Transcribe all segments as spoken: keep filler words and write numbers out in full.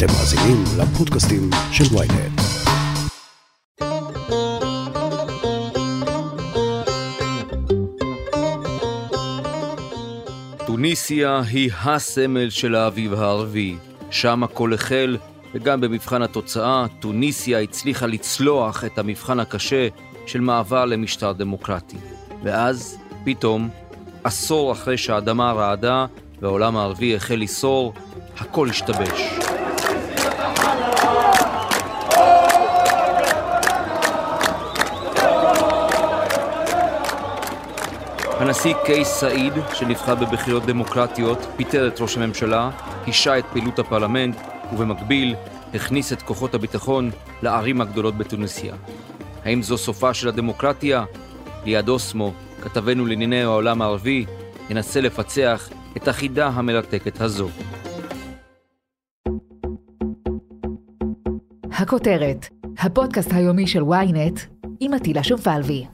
אתם מאזינים לפודקאסטים של וויינט. טוניסיה היא הסמל של האביב הערבי. שם הכל החל, וגם במבחן התוצאה, טוניסיה הצליחה לצלוח את המבחן הקשה של מעבר למשטר דמוקרטי. ואז, פתאום, עשור אחרי שהאדמה רעדה והעולם הערבי החל לסור, הכל השתבש. הנשיא קייס סעיד, שנבחר בבחירות דמוקרטיות, פיטר את ראש הממשלה, הישה את פעילות הפרלמנט, ובמקביל הכניס את כוחות הביטחון לערים הגדולות בטוניסיה. האם זו סופה של הדמוקרטיה? ליעד אוסמו, כתבנו לענייני העולם הערבי, ינסה לפצח את החידה המרתקת הזו. הכותרת, הפודקאסט היומי של וויינט, עם עטילה שומפלבי.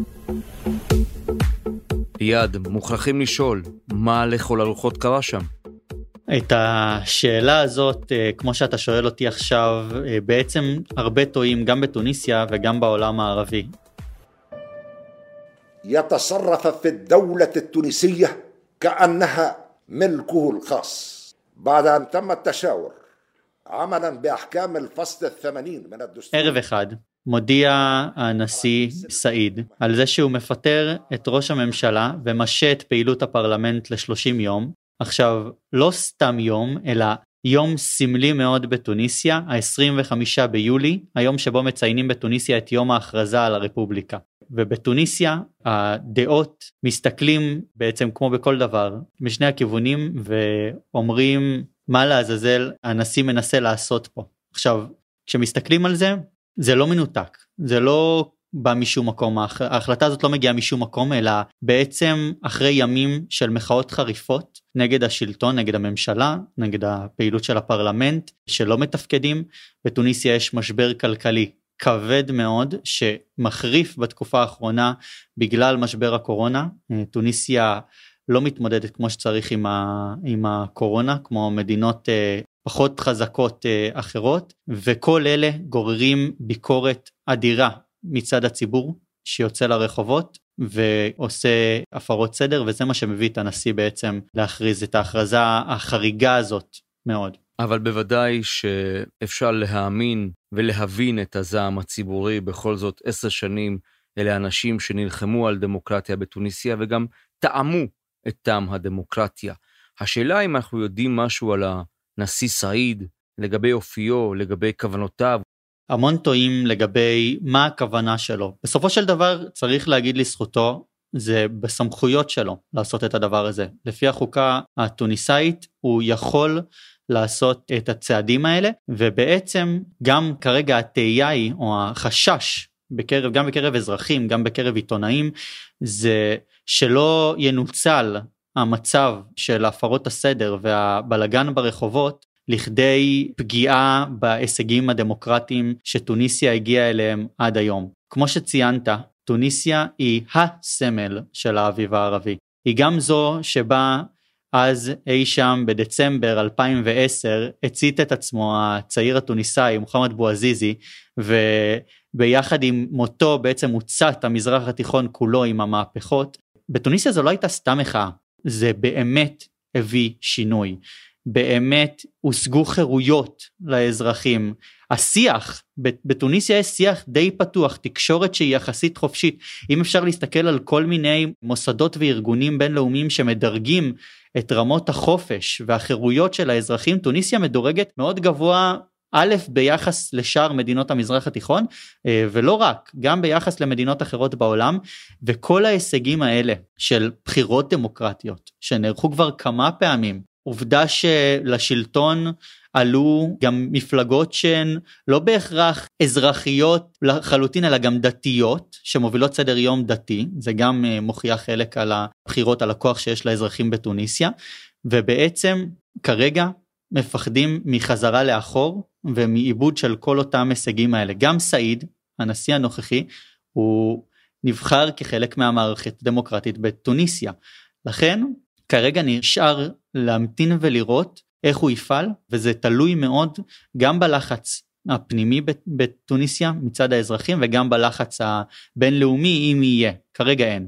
ליעד, מוכרחים לשאול, מה לכל הרוחות קרה שם? את השאלה הזאת, כמו שאתה שואל אותי עכשיו, בעצם הרבה טועים גם בטוניסיה וגם בעולם הערבי. يتصرف في الدولة التونسية كأنها ملكه الخاص بعد أن تم التشاور عملا بأحكام الفصل الثمانين من الدستور. ערב אחד מודיע הנשיא סעיד על זה שהוא מפטר את ראש הממשלה ומשע את פעילות הפרלמנט ל-שלושים יום. עכשיו, לא סתם יום, אלא יום סמלי מאוד בטוניסיה, ה-עשרים וחמישה ביולי, היום שבו מציינים בטוניסיה את יום ההכרזה על הרפובליקה. ובטוניסיה הדעות מסתכלים בעצם כמו בכל דבר, משני הכיוונים, ואומרים מה לעזאזל הנשיא מנסה לעשות פה. עכשיו, כשמסתכלים על זה, זה לא מנותק, זה לא בא משום מקום, ההחלטה הזאת לא מגיעה משום מקום, אלא בעצם אחרי ימים של מחאות חריפות נגד השלטון, נגד הממשלה, נגד הפעילות של הפרלמנט, שלא מתפקדים. בטוניסיה יש משבר כלכלי כבד מאוד, שמחריף בתקופה האחרונה בגלל משבר הקורונה. טוניסיה לא מתמודדת כמו שצריך עם, ה, עם הקורונה, כמו מדינות פחות חזקות אחרות, וכל אלה גוררים ביקורת אדירה מצד הציבור שיוצא לרחובות ועושה הפרות סדר, וזה מה שמביא את הנשיא בעצם להכריז את ההכרזה החריגה הזאת מאוד. אבל בוודאי שאפשר להאמין ולהבין את הזעם הציבורי. בכל זאת עשר שנים אלה אנשים שנלחמו על דמוקרטיה בטוניסיה וגם טעמו את טעם הדמוקרטיה. השאלה אם אנחנו יודעים משהו על הנשיא סעיד, לגבי אופיו, לגבי כוונותיו. המון טועים לגבי מה הכוונה שלו. בסופו של דבר צריך להגיד לזכותו, זה בסמכויות שלו לעשות את הדבר הזה. לפי החוקה הטוניסאית הוא יכול לעשות את הצעדים האלה, ובעצם גם כרגע התהייה היא, או החשש, בקרב, גם בקרב אזרחים, גם בקרב עיתונאים, זה שלא ינוצל המצב של הפרות הסדר והבלגן ברחובות, לכדי פגיעה בהישגים הדמוקרטיים שטוניסיה הגיעה אליהם עד היום. כמו שציינת, טוניסיה היא הסמל של האביב הערבי. היא גם זו שבה אז אי שם בדצמבר אלפיים ועשר הצית את עצמו הצעיר הטוניסאי מוחמד בועזיזי, וביחד עם מותו בעצם הוצת המזרח התיכון כולו עם המהפכות. בטוניסיה זו לא הייתה סתם מחאה, זה באמת הביא שינוי. באמת הושגו חירויות לאזרחים. השיח, בטוניסיה יש שיח די פתוח, תקשורת שהיא יחסית חופשית. אם אפשר להסתכל על כל מיני מוסדות וארגונים בינלאומיים שמדרגים את רמות החופש והחירויות של האזרחים, טוניסיה מדורגת מאוד גבוה, א' ביחס לשאר מדינות המזרח התיכון, ולא רק, גם ביחס למדינות אחרות בעולם, וכל ההישגים האלה של בחירות דמוקרטיות, שנערכו כבר כמה פעמים, עובדה שלשלטון עלו גם מפלגות שהן לא בהכרח אזרחיות לחלוטין, אלא גם דתיות, שמובילות סדר יום דתי, זה גם מוכיח חלק על הבחירות, על הכוח שיש לאזרחים בטוניסיה, ובעצם כרגע מפחדים מחזרה לאחור, ומעיבוד של כל אותם הישגים האלה. גם סעיד, הנשיא הנוכחי, הוא נבחר כחלק מהמערכת דמוקרטית בטוניסיה, לכן כרגע נשאר להמתין ולראות איך הוא יפעל, וזה תלוי מאוד גם בלחץ הפנימי בתוניסיה מצד האזרחים, וגם בלחץ הבינלאומי אם יהיה, כרגע אין.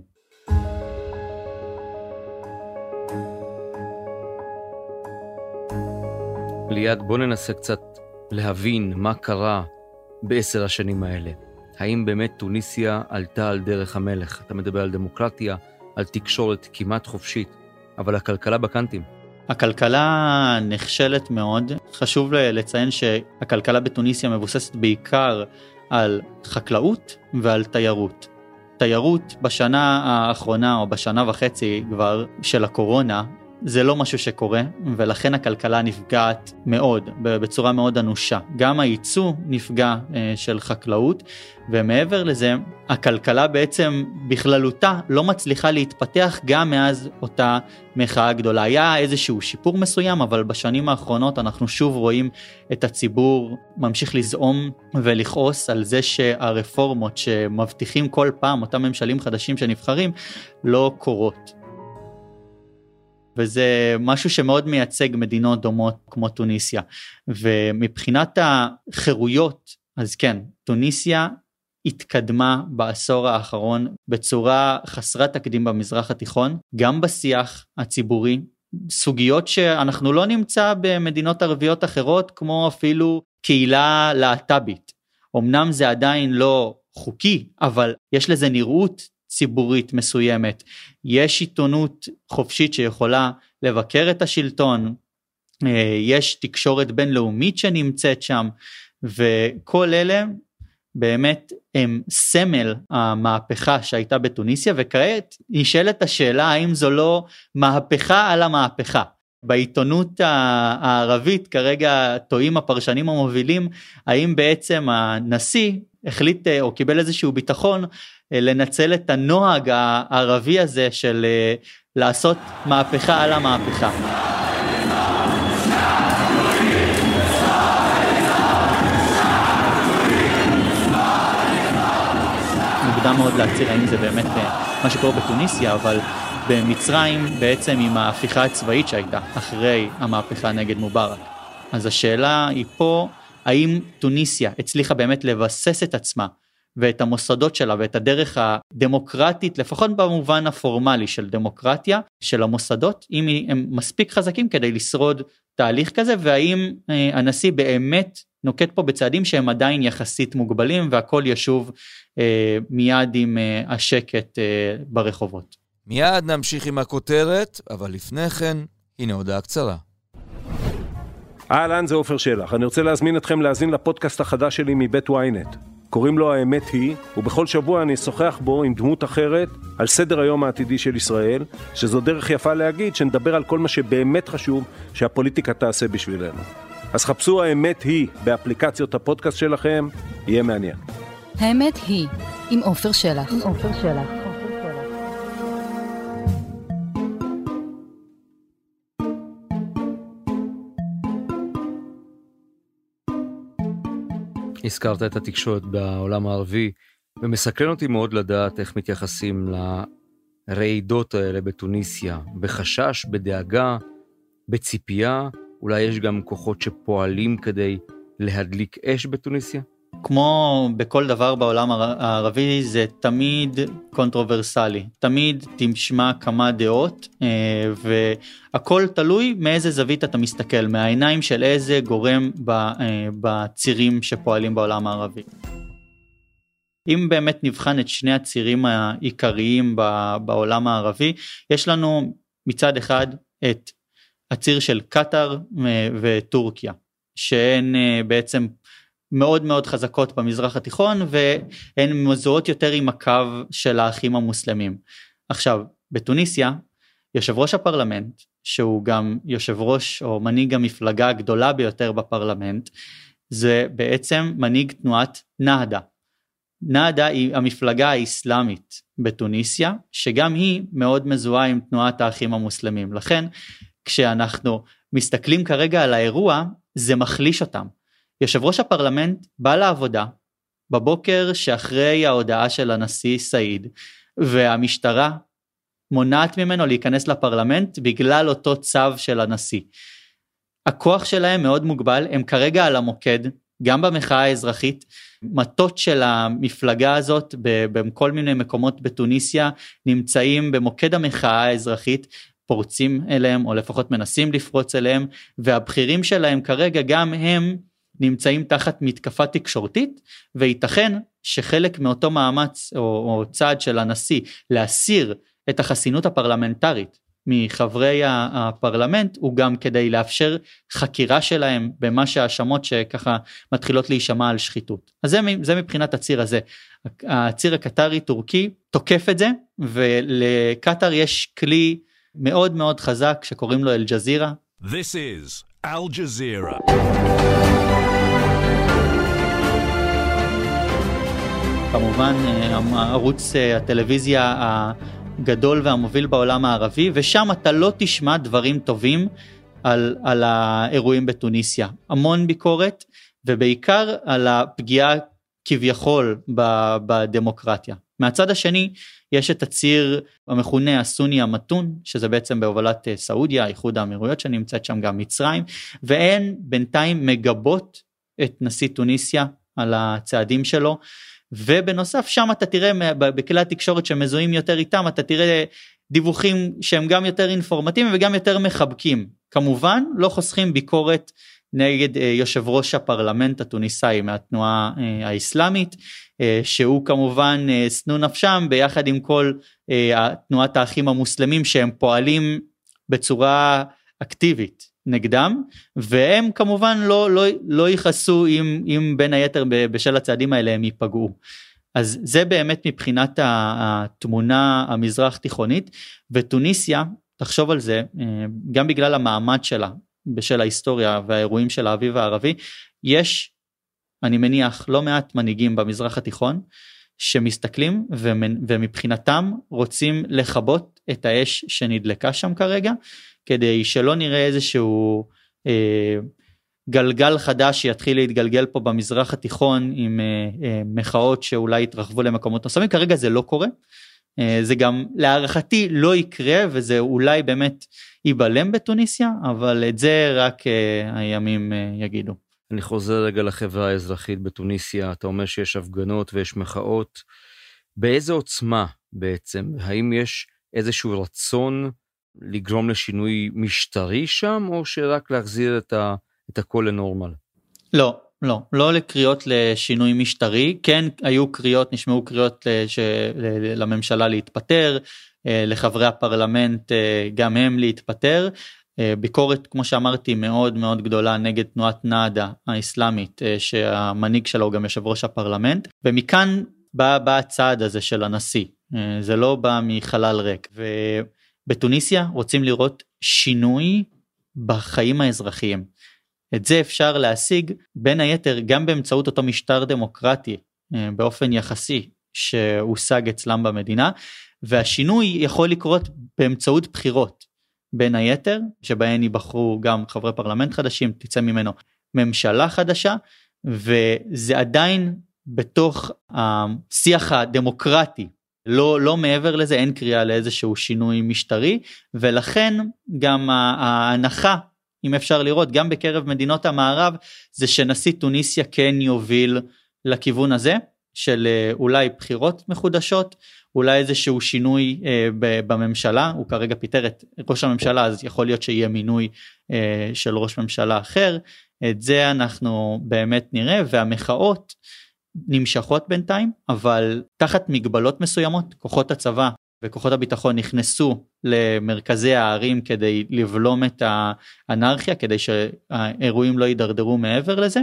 ליד, בוא ננסה קצת להבין מה קרה בעשר השנים האלה. האם באמת טוניסיה עלתה על דרך המלך? אתה מדבר על דמוקרטיה, על תקשורת כמעט חופשית, אבל הכלכלה בקנטים. הכלכלה נכשלת מאוד. חשוב לציין שהכלכלה בתוניסיה מבוססת בעיקר על חקלאות ועל תיירות. תיירות בשנה האחרונה או בשנה וחצי כבר של הקורונה, זה לא משהו שקורה, ולכן הכלכלה נפגעת מאוד, בצורה מאוד אנושה. גם הייצוא נפגע של חקלאות, ומעבר לזה, הכלכלה בעצם בכללותה לא מצליחה להתפתח גם מאז אותה מחאה גדולה. היה איזשהו שיפור מסוים, אבל בשנים האחרונות אנחנו שוב רואים את הציבור ממשיך לזעום ולכעוס על זה שהרפורמות שמבטיחים כל פעם, אותם ממשלים חדשים שנבחרים, לא קורות. וזה משהו שמאוד מייצג מדינות דומות כמו טוניסיה. ומבחינת החירויות, אז כן, טוניסיה התקדמה בעשור האחרון בצורה חסרת תקדים במזרח התיכון, גם בשיח הציבורי, סוגיות שאנחנו לא נמצא במדינות ערביות אחרות, כמו אפילו קהילה להט"בית. אמנם זה עדיין לא חוקי, אבל יש לזה נראות ציבורית מסוימת, יש עיתונות חופשית שיכולה לבקר את השלטון, יש תקשורת בינלאומית שנמצאת שם, וכל אלה באמת הם סמל המהפכה שהייתה בתוניסיה, וכעת נשאלת השאלה האם זו לא מהפכה על המהפכה. בעיתונות הערבית כרגע טועים הפרשנים המובילים, האם בעצם הנשיא החליט או קיבל איזשהו ביטחון לנצל את הנוהג הערבי הזה של לעשות מהפכה על המהפכה. מוקדם מאוד להציר האם זה באמת מה שקורה בתוניסיה, אבל במצרים בעצם עם ההפיכה הצבאית שהייתה אחרי המהפכה נגד מובארק. אז השאלה היא פה, האם טוניסיה הצליחה באמת לבסס את עצמה ואת המוסדות שלה ואת הדרך הדמוקרטית, לפחות במובן הפורמלי של דמוקרטיה, של המוסדות, אם הם מספיק חזקים כדי לשרוד תהליך כזה, והאם הנשיא באמת נוקט פה בצעדים שהם עדיין יחסית מוגבלים, והכל ישוב אה, מיד עם אה, השקט אה, ברחובות. מיד נמשיך עם הכותרת, אבל לפני כן, הנה הודעה קצרה. אהלן, זה עופר שלח. אני רוצה להזמין אתכם להאזין לפודקאסט החדש שלי מבית וויינט. קוראים לו האמת היא, ובכל שבוע אני אשוחח בו עם דמות אחרת על סדר היום העתידי של ישראל, שזו דרך יפה להגיד שנדבר על כל מה שבאמת חשוב שהפוליטיקה תעשה בשבילנו. אז חפשו האמת היא באפליקציות הפודקאסט שלכם, יהיה מעניין. האמת היא, עם עופר שלח. עם עופר שלח. הזכרת את התקשורת בעולם הערבי, ומסקרן אותי מאוד לדעת איך מתייחסים לרעידות האלה בתוניסיה, בחשש, בדאגה, בציפייה, אולי יש גם כוחות שפועלים כדי להדליק אש בתוניסיה? כמו בכל דבר בעולם הערבי, זה תמיד קונטרוברסלי, תמיד תשמע כמה דעות, והכל תלוי מאיזה זווית אתה מסתכל, מהעיניים של איזה גורם בצירים שפועלים בעולם הערבי. אם באמת נבחן את שני הצירים העיקריים בעולם הערבי, יש לנו מצד אחד את הציר של קטר וטורקיה, שהן בעצם מאוד מאוד חזקות במזרח התיכון, והן מזוהות יותר עם הקו של האחים המוסלמים. עכשיו, בתוניסיה, יושב ראש הפרלמנט, שהוא גם יושב ראש או מנהיג המפלגה הגדולה ביותר בפרלמנט, זה בעצם מנהיג תנועת נהדה. נהדה היא המפלגה האסלאמית בתוניסיה, שגם היא מאוד מזוהה עם תנועת האחים המוסלמים. לכן, כשאנחנו מסתכלים כרגע על האירוע, זה מחליש אותם. יושב ראש הפרלמנט בא לעבודה בבוקר שאחרי ההודעה של הנשיא סעיד, והמשטרה מונעת ממנו להיכנס לפרלמנט בגלל אותו צו של הנשיא. הכוח שלהם מאוד מוגבל, הם כרגע על המוקד, גם במחאה האזרחית, מטות של המפלגה הזאת בכל מיני מקומות בתוניסיה, נמצאים במוקד המחאה האזרחית, פורצים אליהם, או לפחות מנסים לפרוץ אליהם, והבחירים שלהם כרגע גם הם נמצאים תחת מתקפה תקשורתית, וייתכן שחלק מאותו מאמץ או, או צעד של הנשיא, להסיר את החסינות הפרלמנטרית מחברי הפרלמנט, הוא גם כדי לאפשר חקירה שלהם במה שהאשמות שככה מתחילות להישמע על שחיתות. אז זה, זה מבחינת הציר הזה. הציר הקטרי-טורקי תוקף את זה, ולקטר יש כלי מאוד מאוד חזק שקוראים לו אל-ג'זירה. This is Al Jazeera. כמובן ערוץ הטלוויזיה הגדול והמוביל בעולם הערבי, ושם אתה לא תשמע דברים טובים על, על האירועים בתוניסיה. המון ביקורת, ובעיקר על הפגיעה כביכול בדמוקרטיה. מהצד השני, יש את הציר המכונה הסוני המתון, שזה בעצם בהובלת סעודיה, איחוד האמירויות שנמצאת שם גם מצרים, והן בינתיים מגבות את נשיא תוניסיה על הצעדים שלו, ובנוסף שם אתה תראה בכלי התקשורת שמזוהים יותר איתם, אתה תראה דיווחים שהם גם יותר אינפורמטיביים וגם יותר מחבקים. כמובן לא חוסכים ביקורת נגד יושב ראש הפרלמנט התוניסאי מהתנועה האסלאמית, שהוא כמובן סנו נפשם ביחד עם כל תנועת האחים המוסלמים שהם פועלים בצורה אקטיבית נגדם, והם כמובן לא, לא, לא ייחסו אם, אם בין היתר בשל הצעדים האלה הם ייפגעו. אז זה באמת מבחינת התמונה המזרח תיכונית, ותוניסיה, תחשוב על זה, גם בגלל המעמד שלה, בשל ההיסטוריה והאירועים של האביב הערבי, יש, אני מניח, לא מעט מנהיגים במזרח התיכון, שמסתכלים ומבחינתם רוצים לחבות את האש שנדלקה שם כרגע, כדי שלא נראה איזשהו אה, גלגל חדש שיתחיל להתגלגל פה במזרח התיכון עם אה, אה, מחאות שאולי יתרחבו למקומות נוספים. כרגע זה לא קורה, אה, זה גם להערכתי לא יקרה, וזה אולי באמת ייבלם בתוניסיה, אבל את זה רק אה, הימים אה, יגידו. אני חוזר רגע לחברה האזרחית בתוניסיה, אתה אומר שיש הפגנות ויש מחאות, באיזה עוצמה בעצם? האם יש איזשהו רצון לגרום לשינוי משטרי שם, או שרק להחזיר את, ה, את הכל לנורמל? לא, לא, לא לקריאות לשינוי משטרי, כן היו קריאות, נשמעו קריאות לש, לממשלה להתפטר, לחברי הפרלמנט גם הם להתפטר, ביקורת כמו שאמרתי מאוד מאוד גדולה נגד תנועת נאדה האסלאמית, שהמנהיג שלה הוא גם יושב ראש הפרלמנט, ומכאן בא, בא הצעד הזה של הנשיא, זה לא בא מחלל ריק, ו... בתוניסיה רוצים לראות שינוי בחיים האזרחיים. את זה אפשר להשיג בין היתר גם באמצעות אותו משטר דמוקרטי באופן יחסי שהושג אצלם במדינה, והשינוי יכול לקרות באמצעות בחירות בין היתר, שבהן ייבחרו גם חברי פרלמנט חדשים, תצא ממנו ממשלה חדשה, וזה עדיין בתוך השיח הדמוקרטי, לא, לא מעבר לזה, אין קריאה לאיזשהו שינוי משטרי, ולכן גם ההנחה, אם אפשר לראות, גם בקרב מדינות המערב, זה שנשיא תוניסיה כן יוביל לכיוון הזה, של אולי בחירות מחודשות, אולי איזשהו שינוי אה, בממשלה, הוא כרגע פיטר את ראש הממשלה, אז יכול להיות שיהיה מינוי אה, של ראש ממשלה אחר, את זה אנחנו באמת נראה, והמחאות, נמשכות בינתיים, אבל תחת מגבלות מסוימות, כוחות הצבא וכוחות הביטחון נכנסו למרכזי הערים כדי לבלום את האנרכיה, כדי שהאירועים לא יידרדרו מעבר לזה,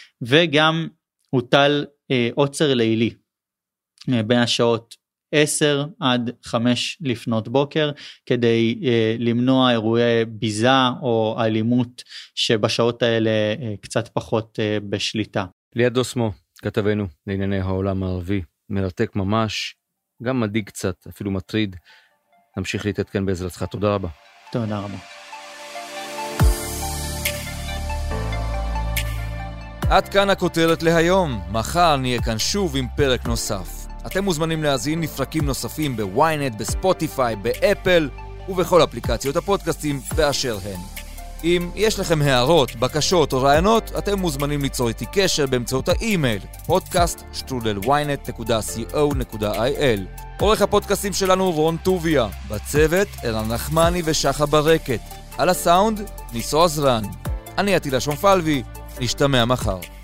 וגם הוטל אה, עוצר לילי, אה, בין השעות עשר עד חמש לפנות בוקר, כדי אה, למנוע אירועי ביזה או אלימות, שבשעות האלה אה, קצת פחות אה, בשליטה. ליעד דוסמו, כתבנו לענייני העולם הערבי, מרתק ממש, גם מדאיג קצת, אפילו מטריד. נמשיך להתעדכן בעזרתך, תודה רבה. תודה רבה. עד כאן הכותרת להיום, מחר נהיה כאן שוב עם פרק נוסף. אתם מוזמנים להזין לפרקים נוספים בוויינט, בספוטיפיי, באפל ובכל אפליקציות הפודקאסטים באשר הן. אם יש לכם הערות, בקשות או רעיונות, אתם מוזמנים ליצור איתי קשר באמצעות האימייל פודקאסט שטרודל וויינט נקודה סי או נקודה איי אל. עורך הפודקאסטים שלנו רון טוביה, בצוות ערן נחמני ושחה ברקת, על הסאונד ניסו עזרן. אני עטילה שומפלבי, נשתמע מחר.